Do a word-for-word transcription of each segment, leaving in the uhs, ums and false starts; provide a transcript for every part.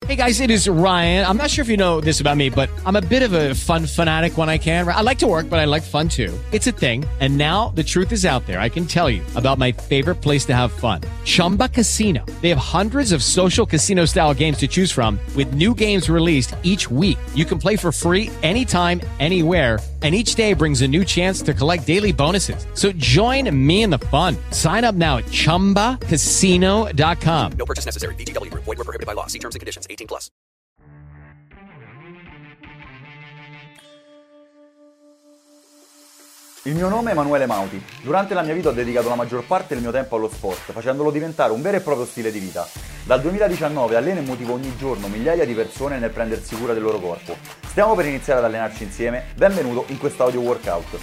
Hey guys, it is Ryan. I'm not sure if you know this about me, but I'm a bit of a fun fanatic when I can. I like to work, but I like fun too. It's a thing. And now the truth is out there. I can tell you about my favorite place to have fun. Chumba Casino. They have hundreds of social casino style games to choose from with new games released each week. You can play for free anytime, anywhere. And each day brings a new chance to collect daily bonuses. So join me in the fun. Sign up now at chumba casino dot com. No purchase necessary. V G W. Void where prohibited by law. See terms and conditions. eighteen plus. Il mio nome è Emanuele Mauti. Durante la mia vita ho dedicato la maggior parte del mio tempo allo sport, facendolo diventare un vero e proprio stile di vita. Dal duemiladiciannove alleno e motivo ogni giorno migliaia di persone nel prendersi cura del loro corpo. Stiamo per iniziare ad allenarci insieme. Benvenuto in quest'audio workout.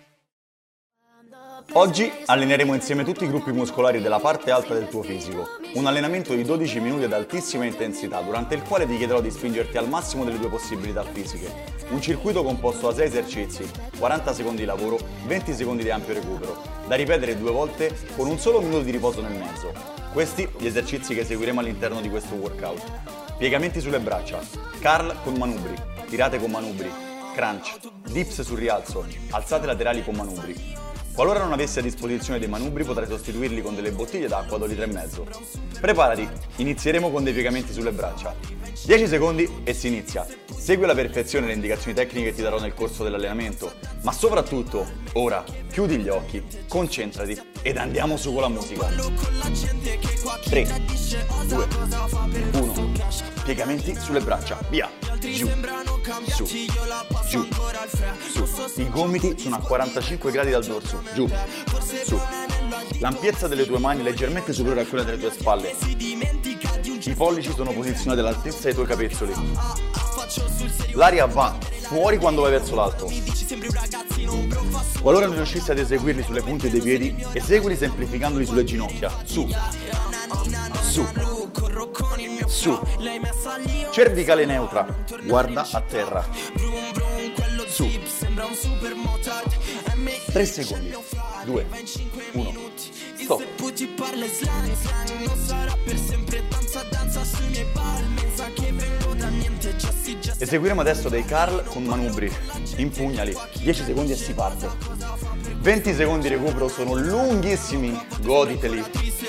Oggi alleneremo insieme tutti i gruppi muscolari della parte alta del tuo fisico. Un allenamento di dodici minuti ad altissima intensità, durante il quale ti chiederò di spingerti al massimo delle tue possibilità fisiche. Un circuito composto da sei esercizi, quaranta secondi di lavoro, venti secondi di ampio recupero, da ripetere due volte con un solo minuto di riposo nel mezzo. Questi gli esercizi che eseguiremo all'interno di questo workout. Piegamenti sulle braccia, curl con manubri, tirate con manubri, crunch, dips sul rialzo, alzate laterali con manubri. Qualora non avessi a disposizione dei manubri, potrai sostituirli con delle bottiglie d'acqua da litro e mezzo. Preparati, inizieremo con dei piegamenti sulle braccia. dieci secondi e si inizia. Segui alla perfezione le indicazioni tecniche che ti darò nel corso dell'allenamento, ma soprattutto, ora, chiudi gli occhi, concentrati ed andiamo su con la musica. tre, due, uno. Piegamenti sulle braccia, via, giù, su, giù, su. I gomiti sono a quarantacinque gradi dal dorso, giù, su. L'ampiezza delle tue mani è leggermente superiore a quella delle tue spalle. I pollici sono posizionati all'altezza dei tuoi capezzoli. L'aria va fuori quando vai verso l'alto. Qualora non riuscissi ad eseguirli sulle punte dei piedi, eseguili semplificandoli sulle ginocchia. Su, su, su. Cervicale neutra, guarda a terra. Su. tre secondi. due, uno. Stop. Eseguiremo adesso dei curl con manubri. Impugnali. dieci secondi e si parte. venti secondi di recupero sono lunghissimi. Goditeli.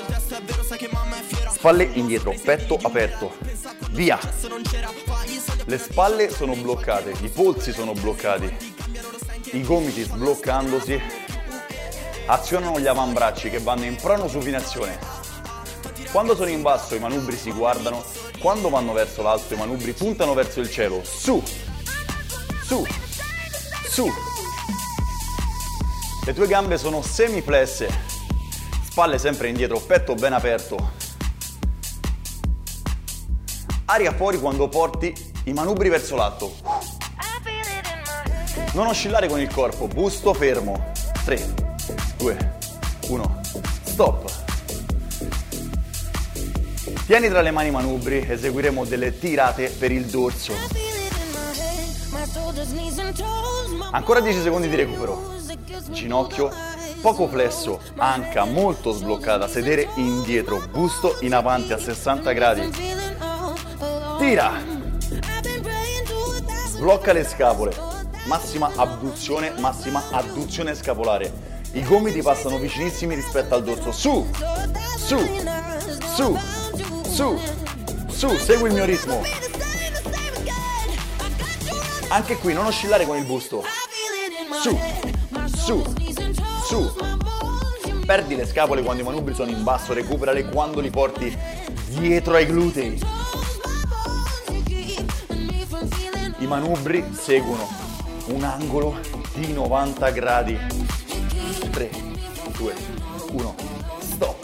Spalle indietro, petto aperto. Via. Le spalle sono bloccate, i polsi sono bloccati. I gomiti sbloccandosi azionano gli avambracci che vanno in pronosupinazione. Quando sono in basso i manubri si guardano, quando vanno verso l'alto i manubri puntano verso il cielo. Su, su, su. Le tue gambe sono semiplesse, spalle sempre indietro, petto ben aperto. Aria fuori quando porti i manubri verso l'alto. Non oscillare con il corpo, busto fermo. tre, due, uno, stop. Tieni tra le mani i manubri, eseguiremo delle tirate per il dorso. Ancora dieci secondi di recupero. Ginocchio poco flesso, anca molto sbloccata, sedere indietro, busto in avanti a sessanta gradi. Tira. Sblocca le scapole. Massima abduzione, massima adduzione scapolare. I gomiti passano vicinissimi rispetto al dorso. Su, su, su, su, su, segui il mio ritmo. Anche qui non oscillare con il busto. Su, su, su. Perdi le scapole quando i manubri sono in basso, recuperale quando li porti dietro ai glutei. I manubri seguono un angolo di novanta gradi. tre, due, uno, stop.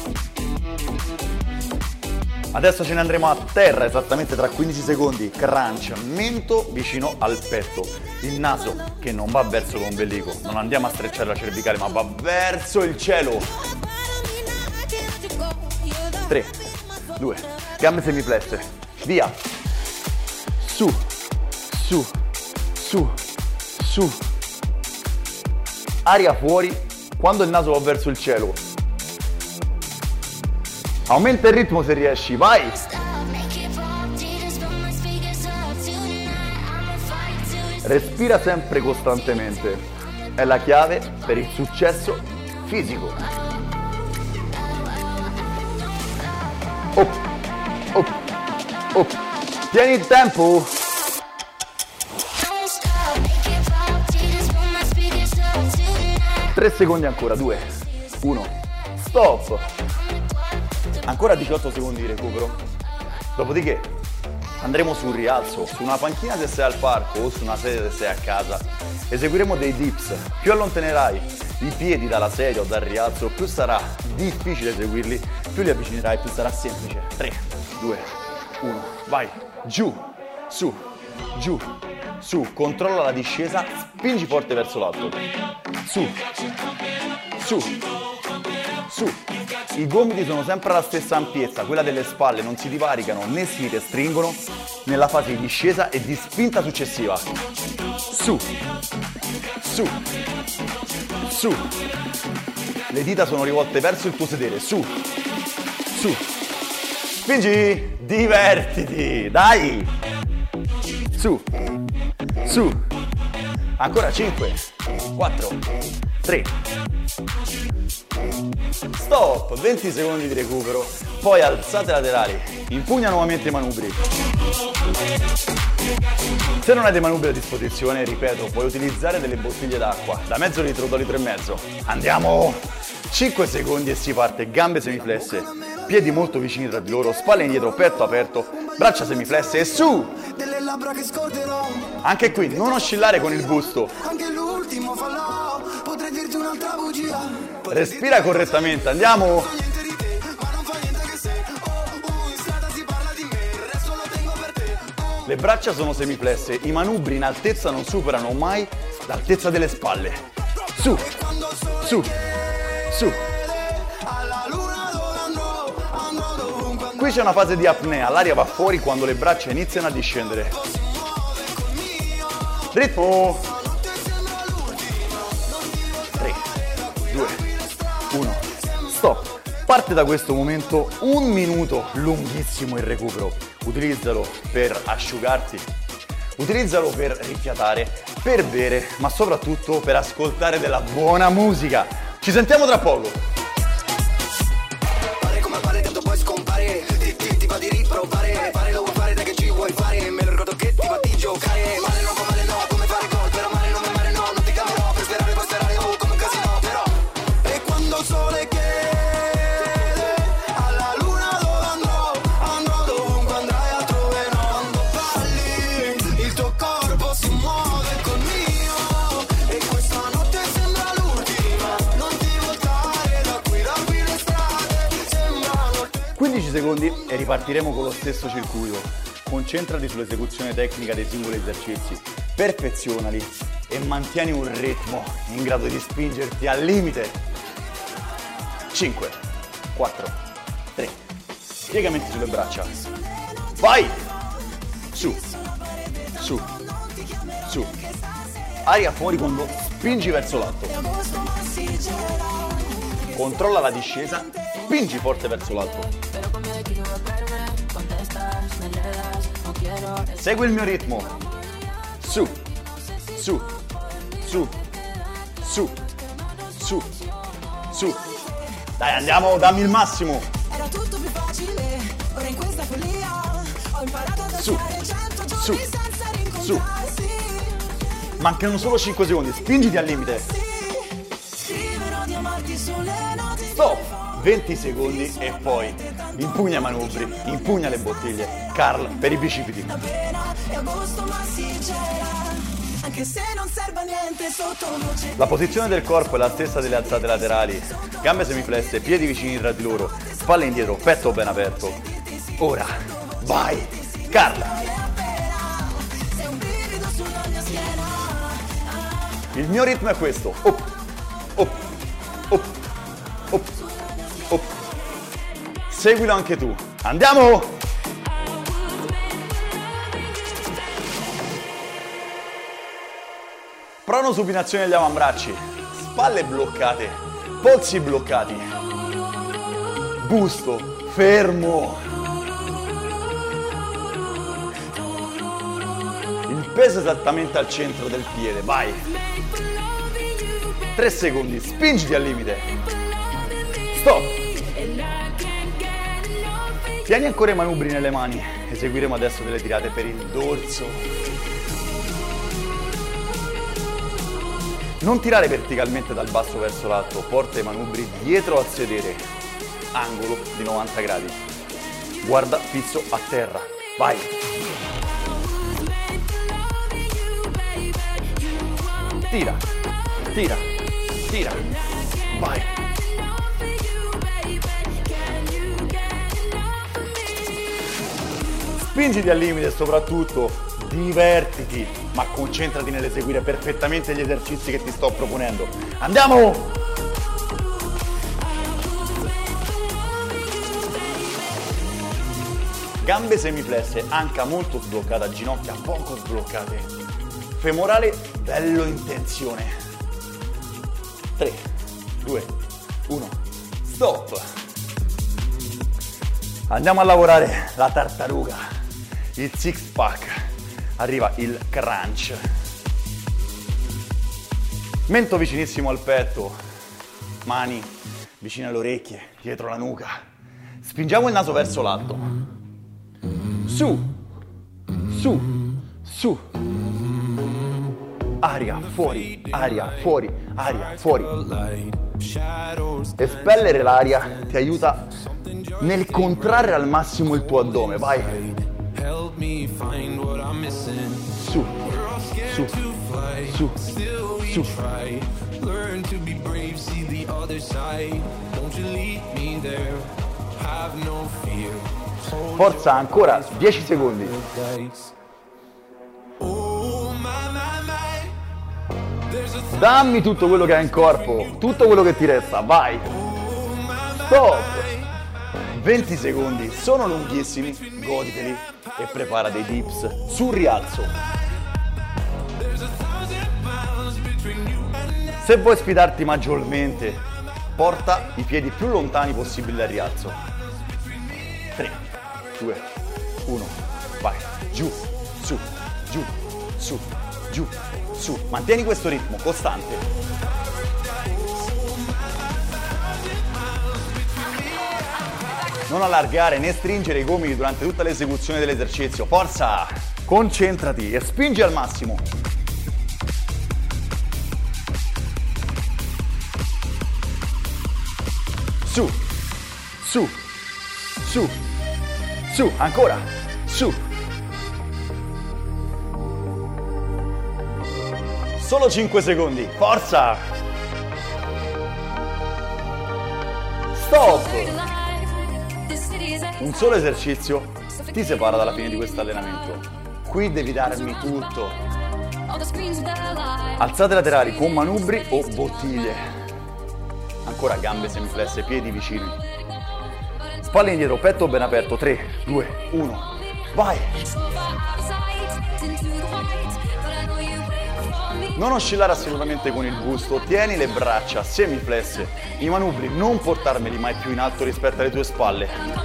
Adesso ce ne andremo a terra esattamente tra quindici secondi. Crunch, mento vicino al petto. Il naso che non va verso l'ombelico. Non andiamo a strecciare la cervicale ma va verso il cielo. tre, due, gambe semiplesse. Via. Su, su, su, su. Aria fuori quando il naso va verso il cielo. Aumenta il ritmo se riesci, vai! Respira sempre costantemente. È la chiave per il successo fisico. Op, op, op. Tieni il tempo. tre secondi ancora, due, uno, stop. Ancora diciotto secondi di recupero. Dopodiché andremo sul rialzo, su una panchina se sei al parco o su una sedia se sei a casa. Eseguiremo dei dips. Più allontanerai i piedi dalla sedia o dal rialzo, più sarà difficile eseguirli, più li avvicinerai, più sarà semplice. tre, due, uno, vai, giù, su, giù, su, controlla la discesa, spingi forte verso l'alto, su, su, su. I gomiti sono sempre alla stessa ampiezza, quella delle spalle non si divaricano né si restringono nella fase di discesa e di spinta successiva. Su, su, su. Le dita sono rivolte verso il tuo sedere, su, su. Spingi, divertiti, dai. Su, su. Ancora cinque, quattro, tre. Stop, venti secondi di recupero, poi alzate laterali, impugna nuovamente i manubri. Se non hai dei manubri a disposizione, ripeto, puoi utilizzare delle bottiglie d'acqua, da mezzo litro, da litro e mezzo. Andiamo! cinque secondi e si parte, gambe semiflesse, piedi molto vicini tra di loro, spalle indietro, petto aperto, braccia semiflesse e su! Anche qui, non oscillare con il busto. Respira correttamente, andiamo! Le braccia sono semiflesse, i manubri in altezza non superano mai l'altezza delle spalle. Su, su, su. Qui c'è una fase di apnea, l'aria va fuori quando le braccia iniziano a discendere. Ritmo! tre, due, uno, stop. Parte da questo momento un minuto lunghissimo il recupero. Utilizzalo per asciugarti, utilizzalo per rifiatare, per bere, ma soprattutto per ascoltare della buona musica. Ci sentiamo tra poco. Pare come pare, tanto poi scompare. Ti, ti, ti va di riprovare. Fare lo vuoi fare, dai che ci vuoi fare. Me lo ricordo che ti va di giocare. Male no, male no, come fare gol. Però male non mi male no, non ti cambierò. Per sperare, poi sperare, oh, come un casino però. E quando il sole che quindici secondi e ripartiremo con lo stesso circuito. Concentrati sull'esecuzione tecnica dei singoli esercizi, perfezionali e mantieni un ritmo in grado di spingerti al limite. cinque, quattro, tre, piegamenti sulle braccia. Vai! Su, su, su. Aria fuori quando spingi verso l'alto. Controlla la discesa, spingi forte verso l'alto. Segui il mio ritmo. Su, su, su, su, su, su. Dai, andiamo, dammi il massimo. Era tutto più facile, ora in questa follia ho imparato ad Su, alzare cento giorni su, senza su. rincontrarsi. Mancano solo cinque secondi, spingiti al limite. Scriverò di amarti sulle note. Stop! venti secondi e poi impugna i manubri, impugna le bottiglie. Carl per i bicipiti. Appena è agosto ma sincera, anche se non serve a niente sotto luce. La posizione del corpo è la stessa delle alzate laterali. Gambe semiflesse, piedi vicini tra di loro, spalle indietro, petto ben aperto. Ora, vai! Carl! Sei un brivido sulla mia schiena. Il mio ritmo è questo. Op, op, op, op, op. Seguilo anche tu. Andiamo! Prono supinazione degli avambracci. Spalle bloccate. Polsi bloccati. Busto fermo. Il peso esattamente al centro del piede, vai. tre secondi, spingiti al limite. Stop. Tieni ancora i manubri nelle mani. Eseguiremo adesso delle tirate per il dorso. Non tirare verticalmente dal basso verso l'alto, porta i manubri dietro al sedere. Angolo di novanta gradi. Guarda fisso a terra. Vai. Tira, tira, tira. Vai. Spingiti al limite e soprattutto divertiti, ma concentrati nell'eseguire perfettamente gli esercizi che ti sto proponendo. Andiamo! Gambe semiflesse, anca molto sbloccata, ginocchia poco sbloccate. Femorale bello in tensione. tre, due, uno, stop! Andiamo a lavorare la tartaruga, il six pack, arriva il crunch. Mento vicinissimo al petto, mani vicine alle orecchie, dietro la nuca. Spingiamo il naso verso l'alto. Su, su, su. Aria, fuori, aria, fuori, aria, fuori. Espellere l'aria ti aiuta nel contrarre al massimo il tuo addome, vai. Su, su, su, su. Forza, ancora dieci secondi. Dammi tutto quello che hai in corpo, tutto quello che ti resta, vai. Stop. venti secondi, sono lunghissimi, goditeli e prepara dei dips sul rialzo. Se vuoi sfidarti maggiormente, porta i piedi più lontani possibili dal rialzo. tre, due, uno, vai, giù, su, giù, su, giù, su. Mantieni questo ritmo costante. Non allargare né stringere i gomiti durante tutta l'esecuzione dell'esercizio. Forza! Concentrati e spingi al massimo. Su, su, su, su, ancora, su. Solo cinque secondi, forza! Stop! Un solo esercizio ti separa dalla fine di questo allenamento. Qui devi darmi tutto. Alzate laterali con manubri o bottiglie. Ancora gambe semiflesse, piedi vicini. Spalle indietro, petto ben aperto. tre, due, uno, vai! Non oscillare assolutamente con il busto, tieni le braccia semiflesse, i manubri non portarmeli mai più in alto rispetto alle tue spalle.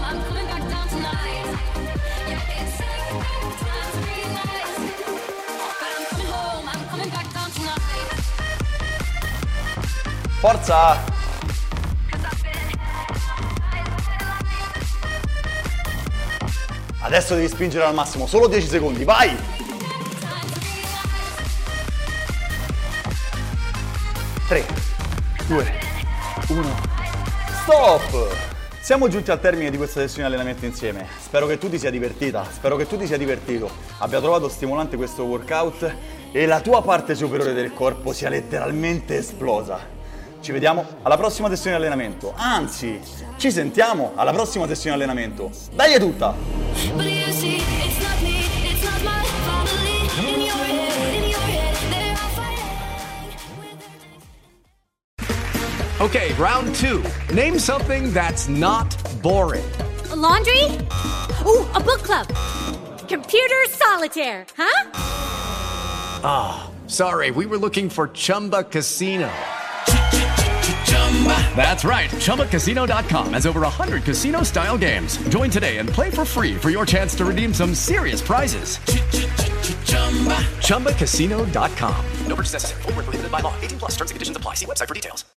Forza! Adesso devi spingere al massimo, solo dieci secondi, vai! tre, due, uno, stop! Siamo giunti al termine di questa sessione di allenamento insieme. Spero che tu ti sia divertita, spero che tu ti sia divertito, abbia trovato stimolante questo workout e la tua parte superiore del corpo sia letteralmente esplosa. Ci vediamo alla prossima sessione di allenamento, anzi, ci sentiamo alla prossima sessione di allenamento. Dai è tutta! Okay, round two. Name something that's not boring. A laundry? Ooh, a book club. Computer solitaire, huh? Ah, oh, sorry, we were looking for Chumba Casino. That's right, Chumba Casino dot com has over one hundred casino-style games. Join today and play for free for your chance to redeem some serious prizes. chumba casino dot com. No purchase necessary. Void where prohibited by law. eighteen plus terms and conditions apply. See website for details.